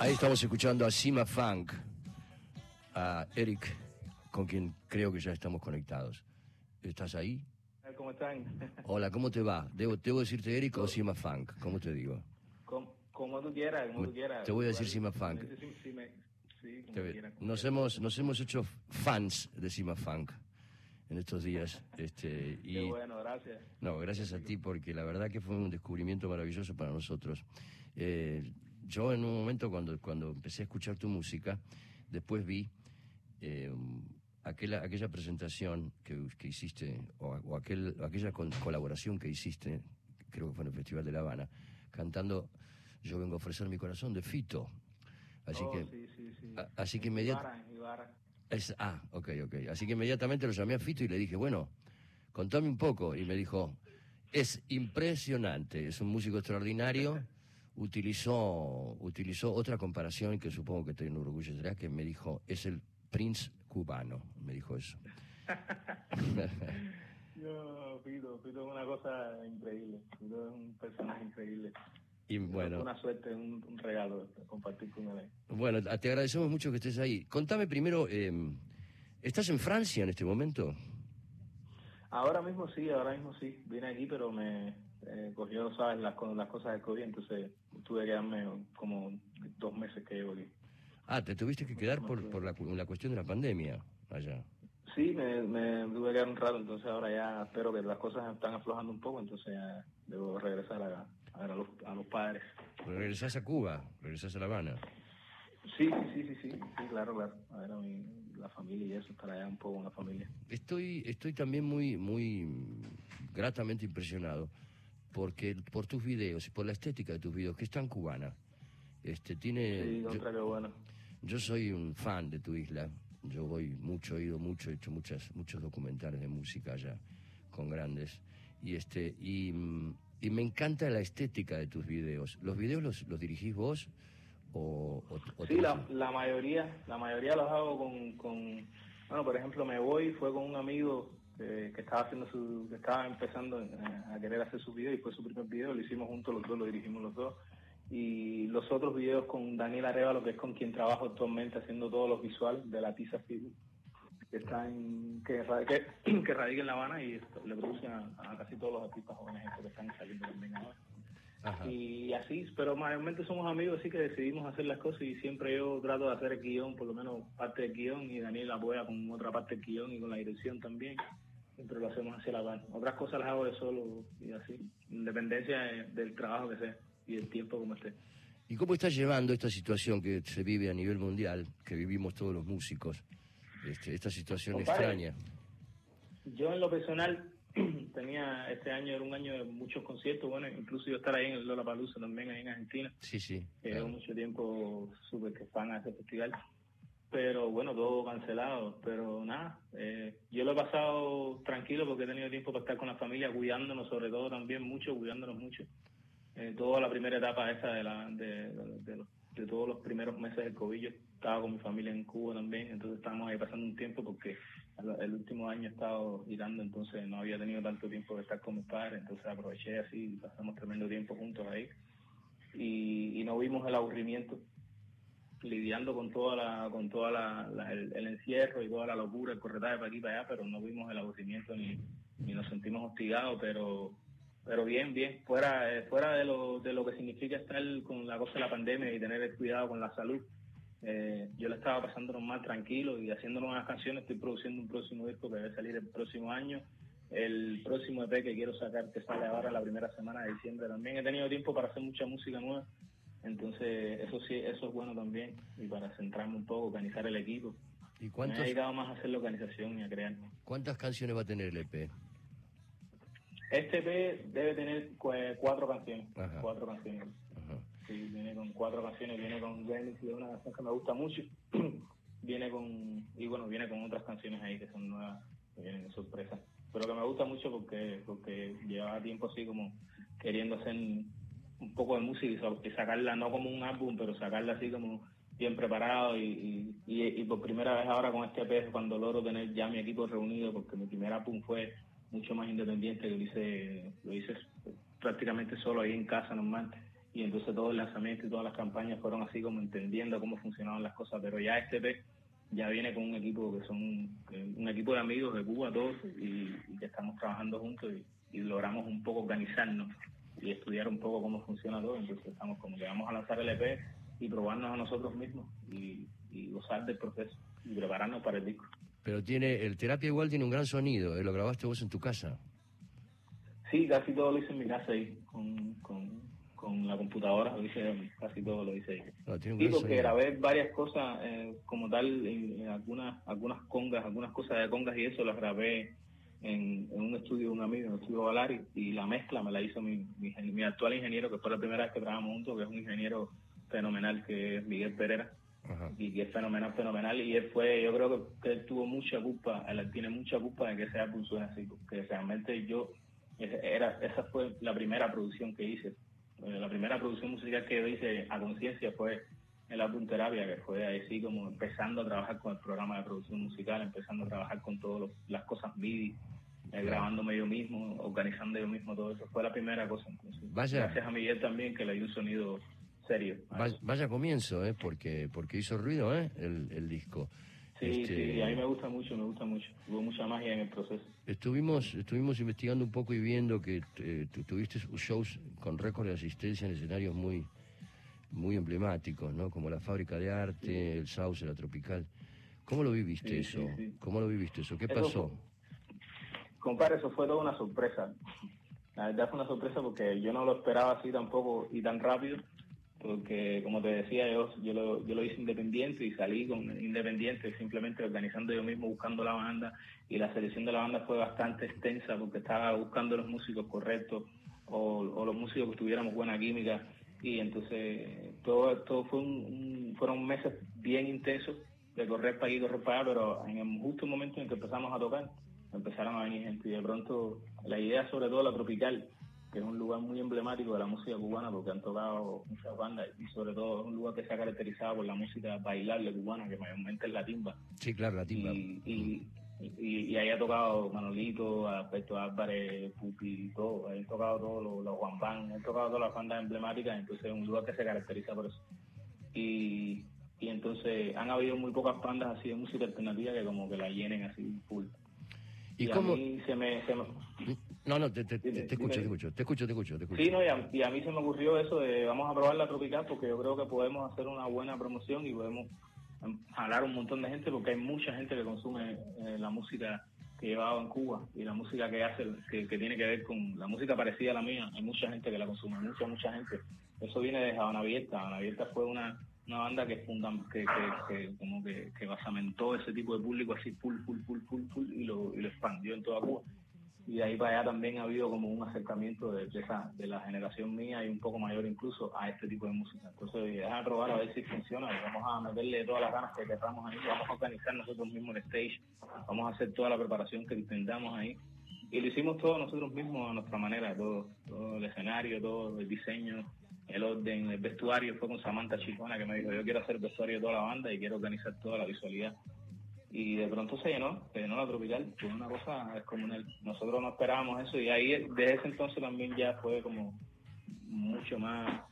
Ahí estamos escuchando a Cima Funk, a Eric, con quien creo que ya estamos conectados. ¿Estás ahí? ¿Cómo están? Hola, ¿cómo te va? ¿Debo decirte Eric o Cima Funk? ¿Cómo te digo? Como tú quieras, como tú quieras. Te voy a decir Cima Funk. Sí, como quieras. Nos hemos hecho fans de Cima Funk en estos días. Qué bueno, gracias. No, gracias a ti, porque la verdad que fue un descubrimiento maravilloso para nosotros. Yo en un momento cuando empecé a escuchar tu música, después vi aquella presentación que hiciste, o aquella colaboración que hiciste, creo que fue en el Festival de La Habana, cantando Yo vengo a ofrecer mi corazón, de Fito. Así sí. Así que Ibarra. ok. Así que inmediatamente lo llamé a Fito y le dije, bueno, contame un poco. Y me dijo, es impresionante, es un músico extraordinario. Utilizó otra comparación que supongo que te enorgullecerá, que me dijo, es el Prince cubano, me dijo eso. No, Fito es una cosa increíble. Fito es un personaje increíble. Y bueno, fue una suerte, un regalo compartir con él. Bueno, te agradecemos mucho que estés ahí. Contame primero, ¿estás en Francia en este momento? Ahora mismo sí. Vine aquí, pero me cogió, ¿sabes? Las cosas de COVID, entonces tuve que quedarme como 2 meses que llevo aquí. Ah, te tuviste que quedar por la cuestión de la pandemia allá. Sí, me tuve que quedar un rato, entonces ahora ya espero que las cosas están aflojando un poco, entonces ya debo regresar a los padres. ¿Regresás a Cuba? ¿Regresás a La Habana? Sí, claro. A ver la familia y eso, estar allá un poco con la familia. Estoy también muy gratamente impresionado por tus videos y por la estética de tus videos, que es tan cubana. Sí, qué bueno. Yo soy un fan de tu isla. Yo voy mucho, he ido mucho, he hecho muchos documentales de música allá con grandes. Y me encanta la estética de tus videos. ¿Los videos los dirigís vos? Sí, la mayoría los hago con bueno, por ejemplo, fue con un amigo que estaba empezando a querer hacer su video, y fue su primer video, lo hicimos juntos los dos, lo dirigimos los dos. Y los otros videos con Daniel Arévalo, que es con quien trabajo actualmente haciendo todos los visuales de la Tiza Film, que radica en La Habana, y le produce a casi todos los artistas jóvenes que están saliendo también ahora. Ajá. Y así, pero mayormente somos amigos, así que decidimos hacer las cosas, y siempre yo trato de hacer el guión, por lo menos parte del guión, y Daniel apoya con otra parte del guión y con la dirección también. Siempre lo hacemos hacia la par. Otras cosas las hago de solo y así, independencia del trabajo que sea y el tiempo como esté. ¿Y cómo estás llevando esta situación que se vive a nivel mundial, que vivimos todos los músicos, esta situación extraña? Yo en lo personal este año era un año de muchos conciertos, bueno, incluso yo estar ahí en el Lollapalooza también, ahí en Argentina. Sí. Llevo mucho tiempo súper que fan a ese festival, pero bueno, todo cancelado, pero nada, yo lo he pasado tranquilo porque he tenido tiempo para estar con la familia, cuidándonos, sobre todo también cuidándonos mucho. Toda la primera etapa esa de todos los primeros meses del COVID, yo estaba con mi familia en Cuba también, entonces estábamos ahí pasando un tiempo porque el último año he estado girando, entonces no había tenido tanto tiempo de estar con mis padres, entonces aproveché así y pasamos tremendo tiempo juntos ahí, y no vimos el aburrimiento lidiando con el encierro y toda la locura, el corretaje para aquí y para allá, pero no vimos el aburrimiento ni nos sentimos hostigados, pero bien, fuera de lo que significa estar con la cosa de la pandemia y tener el cuidado con la salud. Yo le estaba pasando más tranquilo y haciendo nuevas canciones. Estoy produciendo un próximo disco que debe salir el próximo año, el próximo EP que quiero sacar, que sale ahora la primera semana de diciembre también. He tenido tiempo para hacer mucha música nueva, entonces eso es bueno también, y para centrarme un poco, organizar el equipo. ¿Y me he dedicado más a hacer la organización y a crear. ¿Cuántas canciones va a tener el EP? Este EP debe tener 4 canciones. Ajá. 4 canciones. Ajá. Sí, viene con 4 canciones, viene con remix de una canción que me gusta mucho. viene con otras canciones ahí que son nuevas, que vienen de sorpresa. Pero que me gusta mucho porque llevaba tiempo así como queriendo hacer un poco de música y sacarla no como un álbum, pero sacarla así como bien preparado, y por primera vez ahora con este EP cuando logro tener ya mi equipo reunido, porque mi primer álbum fue mucho más independiente, que lo hice prácticamente solo ahí en casa normal, y entonces todo el lanzamiento y todas las campañas fueron así como entendiendo cómo funcionaban las cosas, pero ya este EP ya viene con un equipo que son un equipo de amigos de Cuba todos y que estamos trabajando juntos y logramos un poco organizarnos y estudiar un poco cómo funciona todo. Entonces estamos como que vamos a lanzar el EP y probarnos a nosotros mismos y gozar del proceso y prepararnos para el disco. Pero el Terapia igual tiene un gran sonido, ¿eh? Lo grabaste vos en tu casa. Sí, casi todo lo hice en mi casa ahí, con la computadora, casi todo lo hice ahí. No, tiene un Sí, gran porque sonido. grabé varias cosas como tal, en algunas congas, algunas cosas de congas y eso las grabé en un estudio de un amigo, en el estudio Valari, y la mezcla me la hizo mi actual ingeniero, que fue la primera vez que trabajamos juntos, que es un ingeniero fenomenal, que es Miguel Pereira. Ajá. Y que es fenomenal, y él fue, yo creo que él tuvo mucha culpa, él tiene mucha culpa de que ese álbum suene así, porque realmente esa fue la primera producción que hice. La primera producción musical que yo hice a conciencia fue el álbum Terapia, que fue así como empezando a trabajar con el programa de producción musical, empezando a trabajar con todas las cosas MIDI, grabándome yo mismo, organizando yo mismo todo eso. Fue la primera cosa. Entonces, gracias a Miguel también, que le dio un sonido serio. Vaya comienzo, porque hizo ruido, el disco. Sí, sí, a mí me gusta mucho. Hubo mucha magia en el proceso. Estuvimos investigando un poco y viendo que tuviste shows con récord de asistencia en escenarios muy emblemáticos, ¿no? Como la Fábrica de Arte, sí. El Sauce, la Tropical. ¿Cómo lo viviste eso? Sí. ¿Cómo lo viviste eso? ¿Qué pasó? Compadre, eso fue toda una sorpresa. La verdad fue una sorpresa porque yo no lo esperaba así tampoco y tan rápido. Porque, como te decía, yo lo hice independiente y salí con independiente, simplemente organizando yo mismo, buscando la banda, y la selección de la banda fue bastante extensa porque estaba buscando los músicos correctos o los músicos que tuviéramos buena química, y entonces todo fueron meses bien intensos de correr para aquí, correr para allá, pero en el justo momento en que empezamos a tocar, empezaron a venir gente, y de pronto la idea, sobre todo la Tropical, que es un lugar muy emblemático de la música cubana porque han tocado muchas bandas, y sobre todo es un lugar que se ha caracterizado por la música bailable cubana, que mayormente es la timba. Sí, claro, la timba. Y ahí ha tocado Manolito, Alberto Álvarez, Pupi, todo, han tocado todos los Juan Van, han tocado todas las bandas emblemáticas, entonces es un lugar que se caracteriza por eso. Y entonces han habido muy pocas bandas así de música alternativa que como que la llenen así full. ¿Y cómo? A mí se me... No, te escucho. Sí, no, y a mí se me ocurrió eso de vamos a probar la Tropical porque yo creo que podemos hacer una buena promoción y podemos jalar un montón de gente porque hay mucha gente que consume la música que llevaba en Cuba y la música que hace, que tiene que ver con la música parecida a la mía. Hay mucha gente que la consume, mucha gente. Eso viene de Habana Abierta. Habana Abierta fue una banda que basamentó ese tipo de público así full y lo expandió en toda Cuba. Y de ahí para allá también ha habido como un acercamiento de la generación mía y un poco mayor incluso a este tipo de música. Entonces, déjame probar a ver si funciona. Vamos a meterle todas las ganas que queramos ahí. Vamos a organizar nosotros mismos el stage. Vamos a hacer toda la preparación que intentamos ahí. Y lo hicimos todo nosotros mismos a nuestra manera. Todo el escenario, todo el diseño, el orden, el vestuario. Fue con Samantha Chicona que me dijo, yo quiero hacer el vestuario de toda la banda y quiero organizar toda la visualidad. Y de pronto se llenó la Tropical, fue una cosa descomunal. Nosotros no esperábamos eso y ahí desde ese entonces también ya fue como mucho más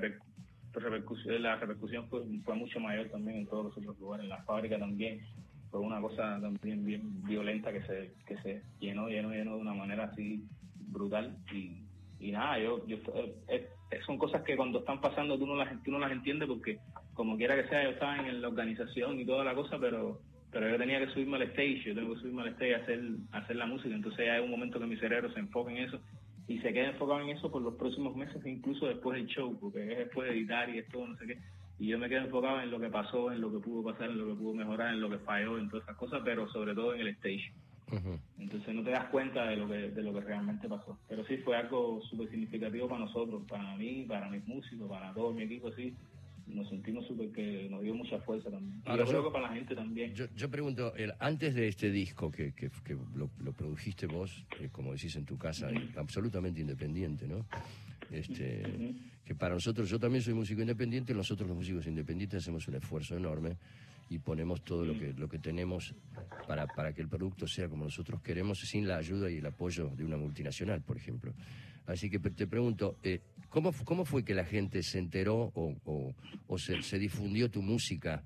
la repercusión fue mucho mayor también en todos los otros lugares. En la fábrica también fue una cosa también bien violenta que se llenó de una manera así brutal y nada, son cosas que cuando están pasando tú no las entiendes porque como quiera que sea yo estaba en la organización y toda la cosa, pero yo tenía que subirme al stage, a hacer la música, entonces hay un momento que mi cerebro se enfoca en eso y se queda enfocado en eso por los próximos meses, incluso después del show, porque es después de editar y es todo, no sé qué, y yo me quedo enfocado en lo que pasó, en lo que pudo pasar, en lo que pudo mejorar, en lo que falló, en todas esas cosas, pero sobre todo en el stage. Uh-huh. Entonces no te das cuenta de lo que realmente pasó, pero sí fue algo súper significativo para nosotros, para mí, para mis músicos, para todo mi equipo, sí. Nos sentimos súper que nos dio mucha fuerza también. Y yo creo que para la gente también. Yo pregunto, antes de este disco que lo produjiste vos, como decís en tu casa, absolutamente independiente, ¿no? Uh-huh. Que para nosotros, yo también soy músico independiente, nosotros los músicos independientes hacemos un esfuerzo enorme y ponemos todo lo que tenemos para que el producto sea como nosotros queremos, sin la ayuda y el apoyo de una multinacional, por ejemplo. Así que te pregunto, ¿Cómo fue que la gente se enteró o se difundió tu música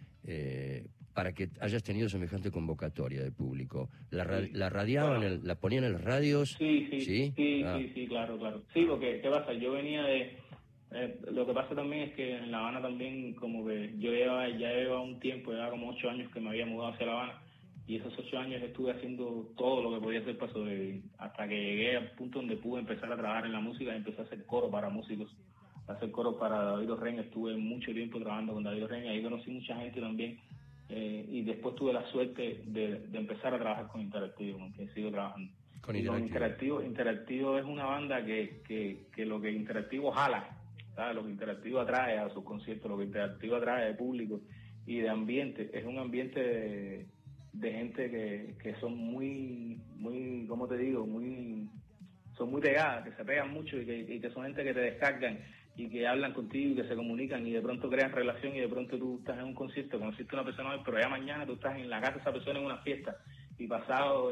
para que hayas tenido semejante convocatoria de público? ¿La radiaban, Bueno, la ponían en las radios? Sí, claro. Sí, porque, ¿qué pasa? Yo venía de... lo que pasa también es que en La Habana también, como que yo ya llevaba un tiempo, llevaba como 8 años que me había mudado hacia La Habana, y esos 8 años estuve haciendo todo lo que podía hacer para sobrevivir, hasta que llegué al punto donde pude empezar a trabajar en la música y empecé a hacer coro para músicos, a hacer coro para David Orren. Estuve mucho tiempo trabajando con David Orren, ahí conocí mucha gente también, y después tuve la suerte de empezar a trabajar con Interactivo, con quien sigo trabajando. Con Y con Interactivo. Interactivo es una banda que lo que Interactivo jala, ¿sabes? Lo que Interactivo atrae a sus conciertos, lo que Interactivo atrae de público y de ambiente, es un ambiente de gente que son muy, ¿cómo te digo? Son muy pegadas, que se pegan mucho y que son gente que te descargan y que hablan contigo y que se comunican y de pronto crean relación y de pronto tú estás en un concierto, conociste a una persona hoy, pero ya mañana tú estás en la casa de esa persona en una fiesta y pasado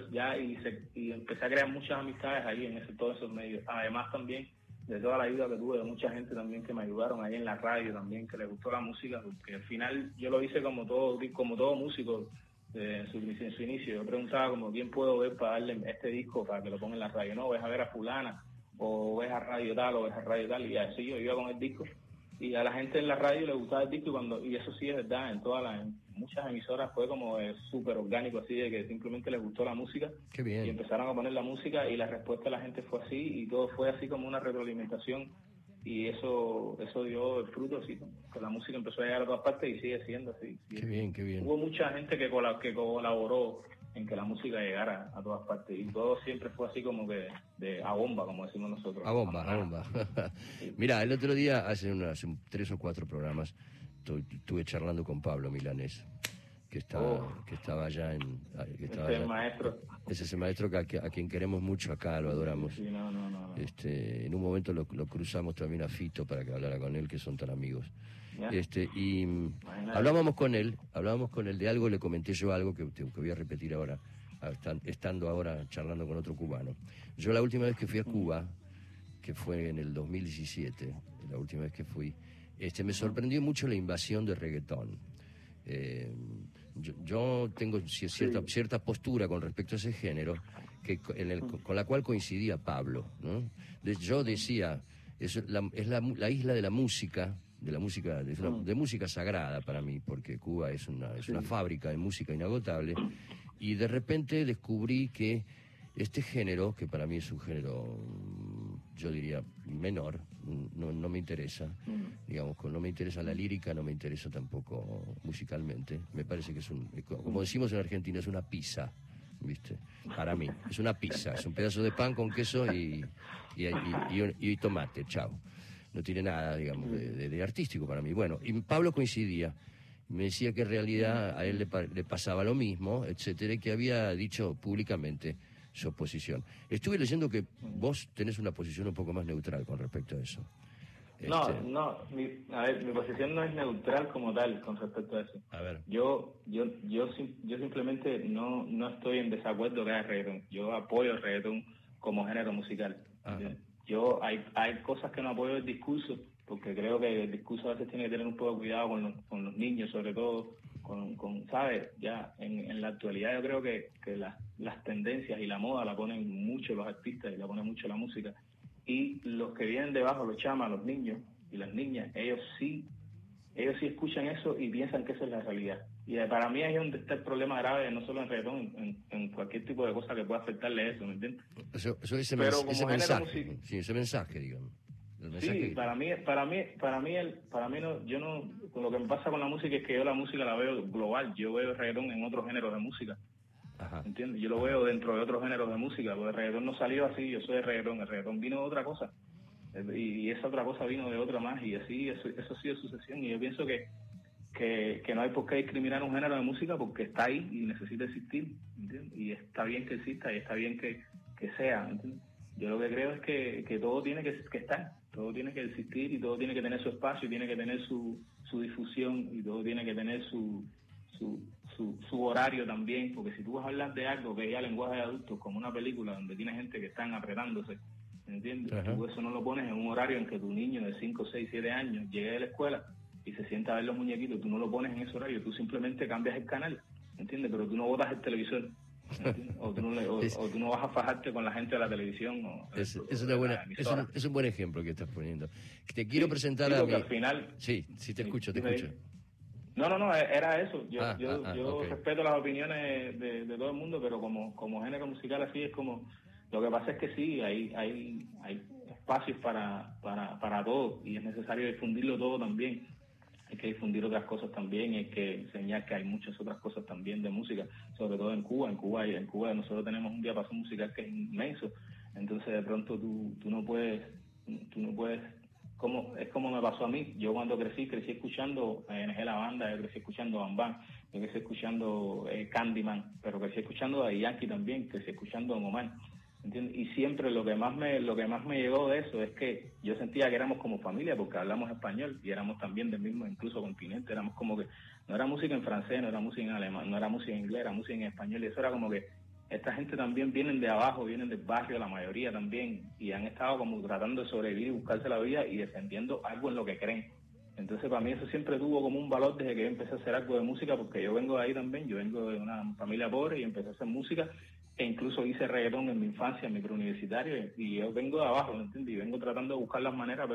y empecé a crear muchas amistades ahí en todos esos medios. Además también de toda la ayuda que tuve de mucha gente también que me ayudaron ahí en la radio también, que les gustó la música, porque al final yo lo hice como todo músico en su inicio. Yo preguntaba como quién puedo ver para darle este disco para que lo ponga en la radio. No, ves a ver a fulana, o ves a radio tal, o ves a radio tal, y así yo iba con el disco. Y a la gente en la radio le gustaba el disco y eso sí es verdad, en muchas emisoras fue como súper orgánico, así de que simplemente les gustó la música. Qué bien. Y empezaron a poner la música y la respuesta de la gente fue así y todo fue así como una retroalimentación y eso dio el fruto, así que la música empezó a llegar a todas partes y sigue siendo así. Qué bien, qué bien. Hubo mucha gente que colaboró en que la música llegara a todas partes y todo siempre fue así como que a bomba, como decimos nosotros. A bomba. Mira, el otro día, hace 3 o 4 programas, estuve charlando con Pablo Milanés, que estaba allá el maestro. Es ese maestro a quien queremos mucho acá, lo adoramos. Sí, no. En un momento lo cruzamos también a Fito para que hablara con él, que son tan amigos. ¿Ya? Y hablábamos con él de algo, le comenté yo algo que voy a repetir ahora, estando ahora charlando con otro cubano. Yo la última vez que fui a Cuba, que fue en el 2017, la última vez que fui, me sorprendió mucho la invasión de reggaetón. Yo tengo cierta postura con respecto a ese género, con la cual coincidía Pablo, ¿no? Yo decía, es la isla de la música, de música sagrada para mí, porque Cuba es una fábrica de música inagotable, y de repente descubrí que este género, que para mí es un género, yo diría, menor, no me interesa, digamos, no me interesa la lírica, no me interesa tampoco musicalmente, me parece que como decimos en Argentina, es una pizza, ¿viste? Para mí, es una pizza, es un pedazo de pan con queso y tomate, chao. No tiene nada, digamos, de artístico para mí. Bueno, y Pablo coincidía, me decía que en realidad a él le pasaba lo mismo, etcétera, y que había dicho públicamente su posición. Estuve leyendo que vos tenés una posición un poco más neutral con respecto a eso. Mi posición no es neutral como tal con respecto a eso. A ver. Yo simplemente no estoy en desacuerdo que haya reggaetón. Yo apoyo el reggaetón como género musical. Hay cosas que no apoyo del discurso, porque creo que el discurso a veces tiene que tener un poco de cuidado con los niños, sobre todo, ¿sabes? Ya en la actualidad yo creo que las tendencias y la moda la ponen mucho los artistas y la ponen mucho la música. Y los que vienen debajo, los chamas, los niños y las niñas, ellos sí escuchan eso y piensan que esa es la realidad. Y para mí ahí es donde está el problema grave, no solo en reggaetón, en cualquier tipo de cosa que pueda afectarle eso, ¿me entiendes? Ese mensaje, digamos. Sí, para mí no, yo no, con lo que me pasa con la música es que yo la música la veo global, yo veo el reggaetón en otros géneros de música. Ajá. ¿Entiendes? Yo lo veo dentro de otros géneros de música, porque el reggaetón no salió así, yo soy de reggaetón, el reggaetón vino de otra cosa, y esa otra cosa vino de otra más, y así, eso ha sido sucesión, y yo pienso que no hay por qué discriminar un género de música porque está ahí y necesita existir, ¿entiendes? Y está bien que exista y está bien que sea, ¿entiendes? Yo lo que creo es que todo tiene que estar, todo tiene que existir y todo tiene que tener su espacio, y tiene que tener su difusión, y todo tiene que tener su horario también, porque si tú vas a hablar de algo que es ya lenguaje de adultos, como una película donde tiene gente que están apretándose ¿entiendes? Ajá. Tú eso no lo pones en un horario en que tu niño de 5, 6, 7 años llegue de la escuela y se sienta a ver los muñequitos. Tú no lo pones en ese horario, tú simplemente cambias el canal, ¿entiendes? Pero tú no botas el televisor, ¿entiendes? O tú no vas a fajarte con la gente de la televisión. Es un buen ejemplo que estás poniendo. Te quiero presentar sí, a porque mi... al final... Sí, te escucho. No, era eso. Yo okay. respeto las opiniones de todo el mundo, pero como género musical así es como... Lo que pasa es que sí, hay espacios para todo y es necesario difundirlo todo también. Hay que difundir otras cosas también, hay que enseñar que hay muchas otras cosas también de música, sobre todo en Cuba. En Cuba nosotros tenemos un diapasón musical que es inmenso, entonces de pronto tú no puedes, es como me pasó a mí. Yo cuando crecí escuchando NG La Banda, yo crecí escuchando Bam Bam, yo crecí escuchando Candyman, pero crecí escuchando a Yankee también, crecí escuchando a Omar, ¿entiendes? Y siempre lo que más me llegó de eso es que yo sentía que éramos como familia porque hablamos español y éramos también del mismo incluso continente, éramos como que no era música en francés, no era música en alemán, no era música en inglés, era música en español, y eso era como que esta gente también vienen de abajo, vienen del barrio, la mayoría también, y han estado como tratando de sobrevivir y buscarse la vida y defendiendo algo en lo que creen. Entonces para mí eso siempre tuvo como un valor desde que yo empecé a hacer algo de música, porque yo vengo de ahí también, yo vengo de una familia pobre y empecé a hacer música, e incluso hice reggaetón en mi infancia, en mi preuniversitario, y yo vengo de abajo, ¿me entiendes? Y vengo tratando de buscar las maneras,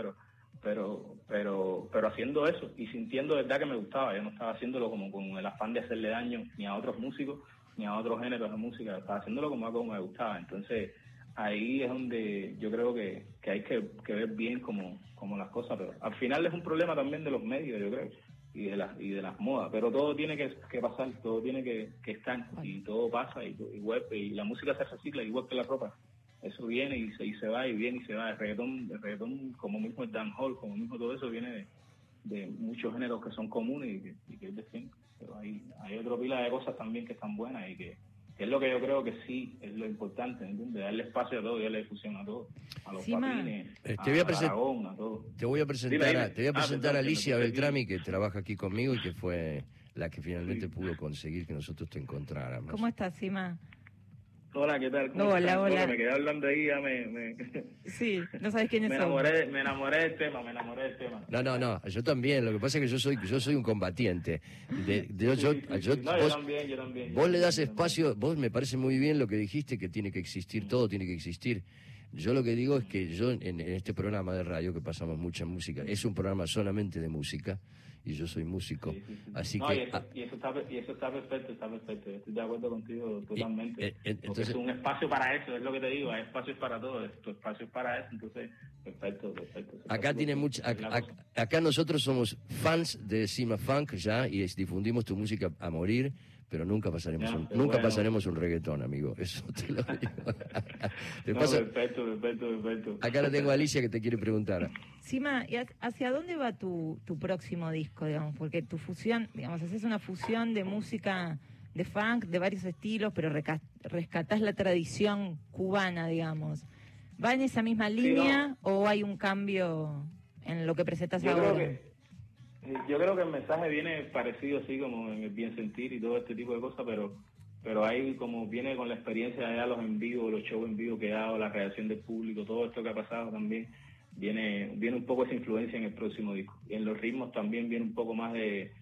pero haciendo eso y sintiendo de verdad que me gustaba. Yo no estaba haciéndolo como con el afán de hacerle daño ni a otros músicos ni a otros géneros de música, estaba haciéndolo como algo que me gustaba. Entonces ahí es donde yo creo que hay que ver bien como las cosas, pero al final es un problema también de los medios, yo creo, y de las modas, pero todo tiene que pasar, todo tiene que estar, y todo pasa, y la música se recicla igual que la ropa. Eso viene y se va, y viene y se va. El reggaetón, como mismo el dancehall, como mismo todo eso, viene de muchos géneros que son comunes y que es de siempre. Pero hay otra pila de cosas también que están buenas y que es lo que yo creo que sí es lo importante, ¿entiendes? Darle espacio a todo y darle difusión a todo, a los papines, a Aragón, a todo. Te voy a presentar a Alicia Beltrami, que trabaja aquí conmigo y que fue la que finalmente pudo conseguir que nosotros te encontráramos. ¿Cómo estás, Sima? Hola, ¿qué tal? Hola. Me quedé hablando ahí, ya Sí, no sabes quiénes son. Me enamoré del tema. No, yo también. Lo que pasa es que yo soy un combatiente. Yo también. Vos le das espacio, vos me parece muy bien lo que dijiste, que tiene que existir, todo tiene que existir. Yo lo que digo es que yo en este programa de radio, que pasamos mucha música, es un programa solamente de música, y yo soy músico, así que... Y eso está perfecto, estoy de acuerdo contigo totalmente, entonces, es un espacio para eso, es lo que te digo, hay espacios para todo, tu espacio es para eso, entonces, perfecto. Acá nosotros somos fans de Sima Funk ya, y difundimos tu música a morir, pero nunca pasaremos un reggaetón, amigo, eso te lo digo. Perfecto. Acá la tengo a Alicia que te quiere preguntar. Sima, ¿y hacia dónde va tu próximo disco, digamos? Porque tu fusión, digamos, haces una fusión de música de funk, de varios estilos, pero rescatás la tradición cubana, digamos. ¿Va en esa misma línea o hay un cambio en lo que presentas ahora? Yo creo que el mensaje viene parecido, así como en el bien sentir y todo este tipo de cosas, pero ahí como viene con la experiencia de los en vivo, los shows en vivo que he dado, la reacción del público, todo esto que ha pasado también, viene un poco esa influencia en el próximo disco. Y en los ritmos también viene un poco más de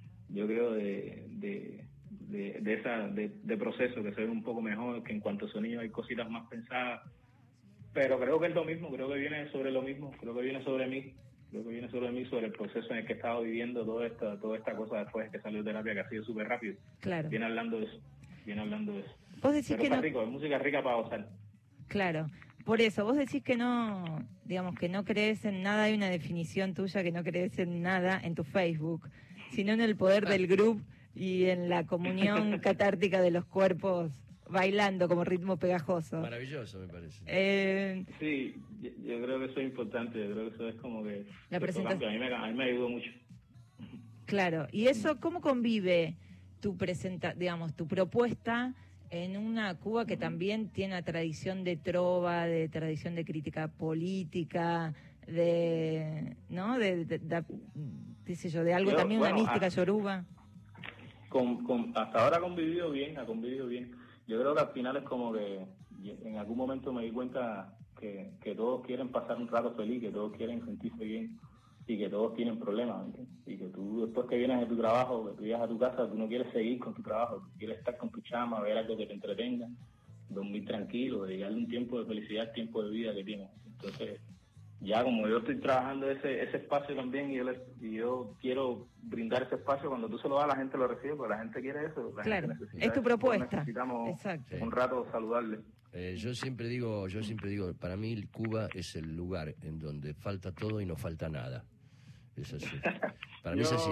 proceso, que se ve un poco mejor, que en cuanto a sonido hay cositas más pensadas, pero creo que es lo mismo, creo que viene sobre lo mismo, creo que viene sobre mí, sobre el proceso en el que he estado viviendo toda esta cosa después que salió terapia, que ha sido súper rápido. Claro. Viene hablando de eso. Vos decís pero que está rico, es música rica para gozar. Claro. Por eso, vos decís que no, digamos, que no crees en nada, hay una definición tuya que no crees en nada en tu Facebook, sino en el poder del grupo y en la comunión catártica de los cuerpos bailando como ritmo pegajoso. Maravilloso, me parece. Sí, yo creo que eso es importante, yo creo que eso es como que... La presentación. A mí me ayudó mucho. Claro, y eso, ¿cómo convive tu propuesta en una Cuba que también tiene una tradición de trova, de tradición de crítica política, de qué sé yo, de algo también, una mística yoruba? Hasta ahora ha convivido bien. Yo creo que al final es como que en algún momento me di cuenta que todos quieren pasar un rato feliz, que todos quieren sentirse bien y que todos tienen problemas, ¿entiendes? Y que tú después que vienes de tu trabajo, que tú llegas a tu casa, tú no quieres seguir con tu trabajo, tú quieres estar con tu chama, ver algo que te entretenga, dormir tranquilo, dedicarle un tiempo de felicidad, tiempo de vida que tienes. Entonces, ya como yo estoy trabajando ese espacio también y yo quiero brindar ese espacio, cuando tú se lo das, la gente lo recibe, porque la gente quiere eso. Claro, gente necesita es tu eso. propuesta. Necesitamos Exacto. un rato saludable. Yo siempre digo, para mí Cuba es el lugar en donde falta todo y no falta nada. Es así. Para mí es así.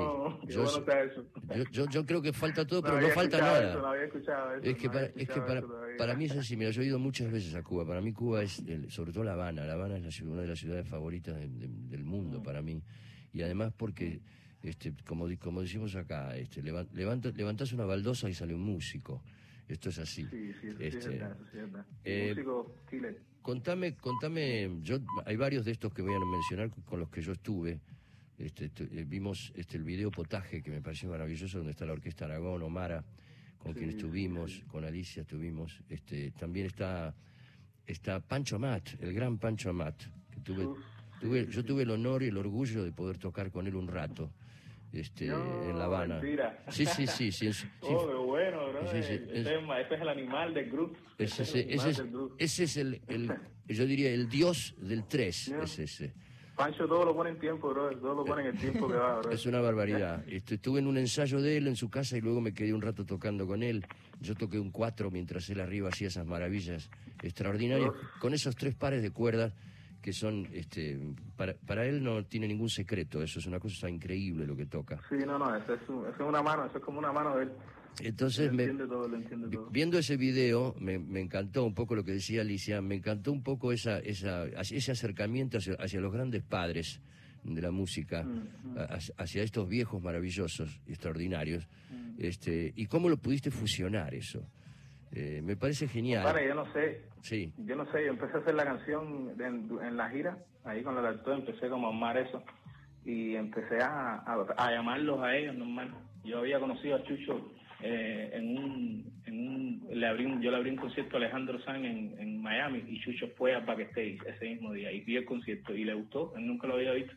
Yo creo que falta todo, pero no falta nada. Eso, no había escuchado eso, Es que para mí es así. Mira, yo he ido muchas veces a Cuba. Para mí Cuba es, sobre todo La Habana. La Habana es una de las ciudades favoritas del mundo para mí. Y además porque, como decimos acá, levantás una baldosa y sale un músico. Esto es así. Sí, es verdad. Músico killer. Contame, hay varios de estos que voy a mencionar con los que yo estuve. Vimos el video Potaje, que me pareció maravilloso, donde está la Orquesta Aragón, Omara, con quien estuvimos, con Alicia estuvimos. También está Pancho Amat, el gran Pancho Amat, que yo tuve el honor y el orgullo de poder tocar con él un rato. En La Habana. Mentira. Sí. Qué bueno, bro. Ese es el animal del grupo. Ese es yo diría, el dios del 3, es ese. Pancho todo lo pone en tiempo, bro. Todo lo pone en el tiempo que va, bro. Es una barbaridad. Estuve en un ensayo de él en su casa y luego me quedé un rato tocando con él. Yo toqué un 4 mientras él arriba hacía esas maravillas extraordinarias con esos 3 pares de cuerdas que son, para él no tiene ningún secreto. Eso es una cosa increíble lo que toca. Sí, eso es una mano, eso es como una mano de él. Entonces, lo entiende todo. Viendo ese video, me encantó un poco lo que decía Alicia, me encantó un poco ese acercamiento hacia los grandes padres de la música, hacia estos viejos maravillosos, extraordinarios, y cómo lo pudiste fusionar eso. Me parece genial. Para, yo no sé, sí. Yo empecé a hacer la canción en la gira, ahí con el actor empecé como a armar eso, y empecé a llamarlos a ellos, normal. Yo había conocido a Chucho yo le abrí un concierto a Alejandro Sanz en Miami, y Chucho fue a backstage ese mismo día y vi el concierto y le gustó, él nunca lo había visto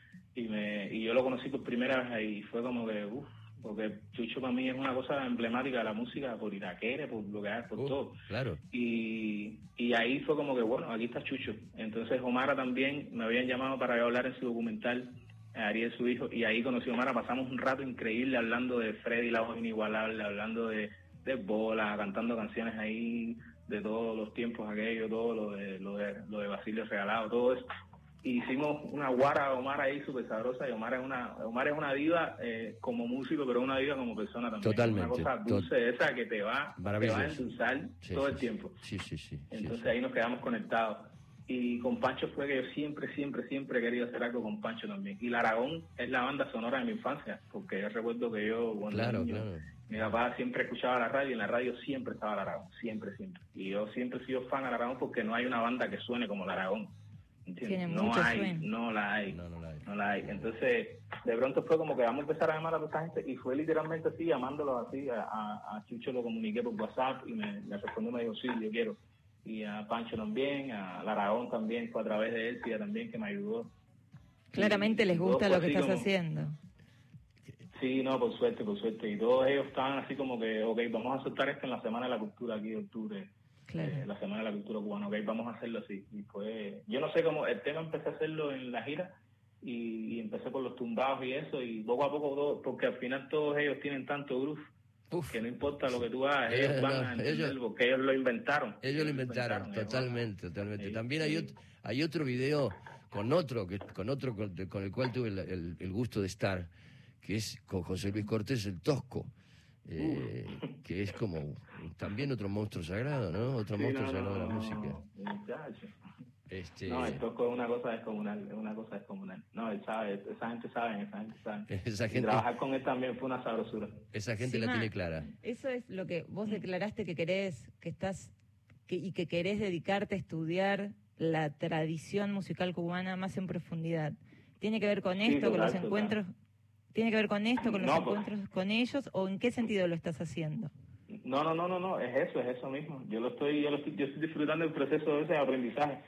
y yo lo conocí por primera vez ahí y fue como que porque Chucho para mí es una cosa emblemática de la música, por Iraquere, por lo que hace, por todo. Claro. Y ahí fue como que, bueno, aquí está Chucho. Entonces Omara también me habían llamado para hablar en su documental, Ariel, su hijo, y ahí conocí a Omara, pasamos un rato increíble hablando de Freddy, la voz inigualable, hablando de Bola, cantando canciones ahí de todos los tiempos aquellos, todo lo de Basilio Regalado, todo eso. Y hicimos una guara a Omar ahí súper sabrosa, y Omar es una diva como músico, pero una diva como persona también. Totalmente. Una cosa dulce esa que te va a endulzar todo el tiempo. Sí. Entonces ahí nos quedamos conectados. Y con Pancho fue que yo siempre he querido hacer algo con Pancho también. Y La Aragón es la banda sonora de mi infancia, porque yo recuerdo que yo cuando niño, mi papá siempre escuchaba la radio, y en la radio siempre estaba La Aragón, siempre. Y yo siempre he sido fan de La Aragón porque no hay una banda que suene como La Aragón. ¿Entiendes? No la hay. Entonces, de pronto fue como que vamos a empezar a llamar a toda esa gente, y fue literalmente así, llamándolos así. A Chucho lo comuniqué por WhatsApp y me respondió, me dijo, sí, yo quiero. Y a Pancho también, a Aragón también, fue a través de él, sí, también, que me ayudó. Claramente les gusta lo que estás haciendo. Sí, no, por suerte. Y todos ellos estaban así como que, ok, vamos a soltar esto en la Semana de la Cultura aquí de octubre. Claro. La Semana de la Cultura Cubana, ok, vamos a hacerlo así. Y fue, yo no sé cómo, el tema empecé a hacerlo en la gira, y empecé por los tumbados y eso, y poco a poco, porque al final todos ellos tienen tanto groove, que no importa lo que tú hagas, ellos van a entender, porque ellos lo inventaron. Ellos lo inventaron, totalmente. También hay otro video con el cual tuve el gusto de estar, que es con José Luis Cortés, el Tosco, que es como también otro monstruo sagrado, ¿no? Otro monstruo sagrado de la música. Muchacho. No, el Tosco es una cosa descomunal, No, él sabe, esa gente sabe. Y trabajar con él también fue una sabrosura. Esa gente la tiene clara. Eso es lo que vos declaraste que querés, y que querés dedicarte a estudiar la tradición musical cubana más en profundidad. ¿Tiene que ver con esto, con los encuentros? ¿Tiene que ver con esto, con los encuentros con ellos, o en qué sentido lo estás haciendo? No, es eso mismo. Yo estoy disfrutando el proceso de ese aprendizaje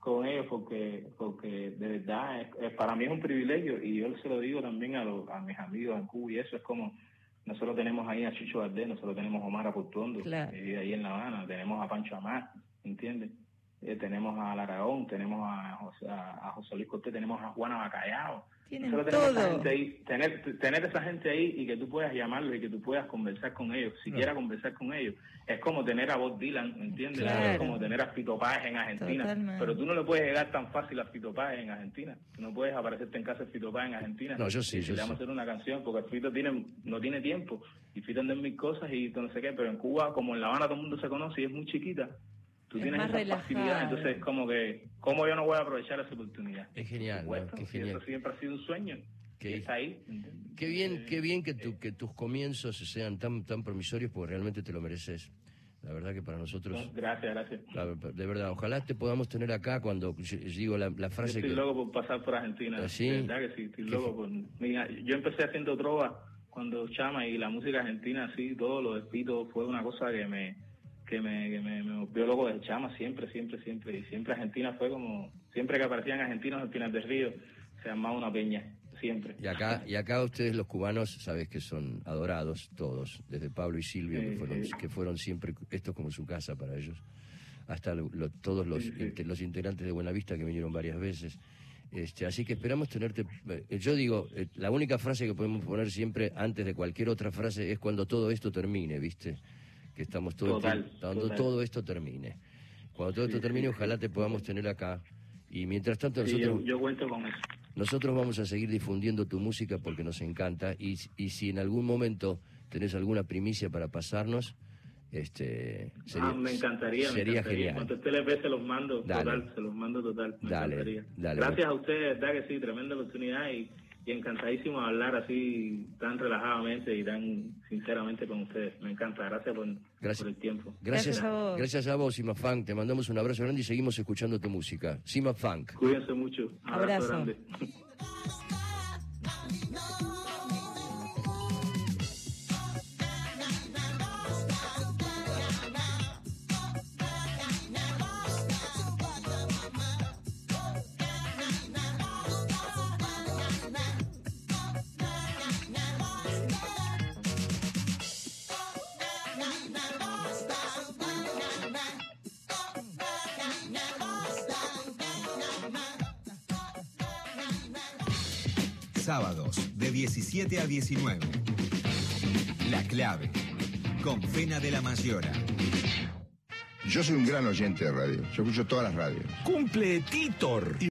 con ellos porque de verdad para mí es un privilegio, y yo se lo digo también a mis amigos en Cuba, y eso es como, nosotros tenemos ahí a Chicho Valdés, nosotros tenemos a Omar Aportuondo, claro, ahí en La Habana, tenemos a Pancho Amar, ¿entiendes? Tenemos a Laragón, tenemos a José Luis Cortés, tenemos a Juana Bacallao. Tienen Nosotros todo. tenemos esa gente ahí, tener esa gente ahí y que tú puedas llamarlos y que tú puedas conversar con ellos, siquiera conversar con ellos, es como tener a Bob Dylan, ¿entiendes? Claro. Es como tener a Fito Páez en Argentina. Totalmente. Pero tú no le puedes llegar tan fácil a Fito Páez en Argentina. Tú no puedes aparecerte en casa de Fito Páez en Argentina. No, yo sí, le vamos a hacer una canción porque Fito no tiene tiempo y Fito anda en mil cosas y no sé qué, pero en Cuba, como en La Habana todo el mundo se conoce y es muy chiquita, tú tienes más esa facilidad, entonces es como que, ¿cómo yo no voy a aprovechar esa oportunidad? Es genial, ¿no? Qué genial. Eso siempre ha sido un sueño. Está ahí. Qué bien que tus comienzos sean tan promisorios, porque realmente te lo mereces. La verdad que para nosotros... Gracias. De verdad, ojalá te podamos tener acá cuando digo la frase yo estoy loco por pasar por Argentina. ¿Sí? De verdad que sí, estoy loco por... Mira, yo empecé haciendo trova cuando chama, y la música argentina, así, todo lo de Fito fue una cosa que me volvió loco de chama, siempre. Y siempre Argentina fue como... Siempre que aparecían argentinos en Pinar del Río, se armaba una peña. Siempre. Y acá ustedes los cubanos, sabes que son adorados todos, desde Pablo y Silvio, que fueron siempre, esto como su casa para ellos, hasta todos los integrantes de Buenavista que vinieron varias veces. Así que esperamos tenerte. Yo digo, la única frase que podemos poner siempre antes de cualquier otra frase es cuando todo esto termine, ¿viste? Que estamos cuando todo esto termine. Cuando todo esto termine, ojalá te podamos tener acá. Y mientras tanto nosotros... yo cuento con eso. Nosotros vamos a seguir difundiendo tu música porque nos encanta, y si en algún momento tenés alguna primicia para pasarnos, me encantaría. Genial. Cuando usted les ve, se los mando. Dale. Se los mando total. Me Dale. encantaría. Gracias a ustedes, verdad que sí, tremenda oportunidad, y encantadísimo de hablar así tan relajadamente y tan sinceramente con ustedes. Me encanta. Gracias por el tiempo. Gracias a vos, Sima Funk. Te mandamos un abrazo grande y seguimos escuchando tu música. Sima Funk. Cuídense mucho. Abrazo grande. Sábados de 17 a 19. La Clave, con Fena de la Mayora. Yo soy un gran oyente de radio. Yo escucho todas las radios. Cumple Titor.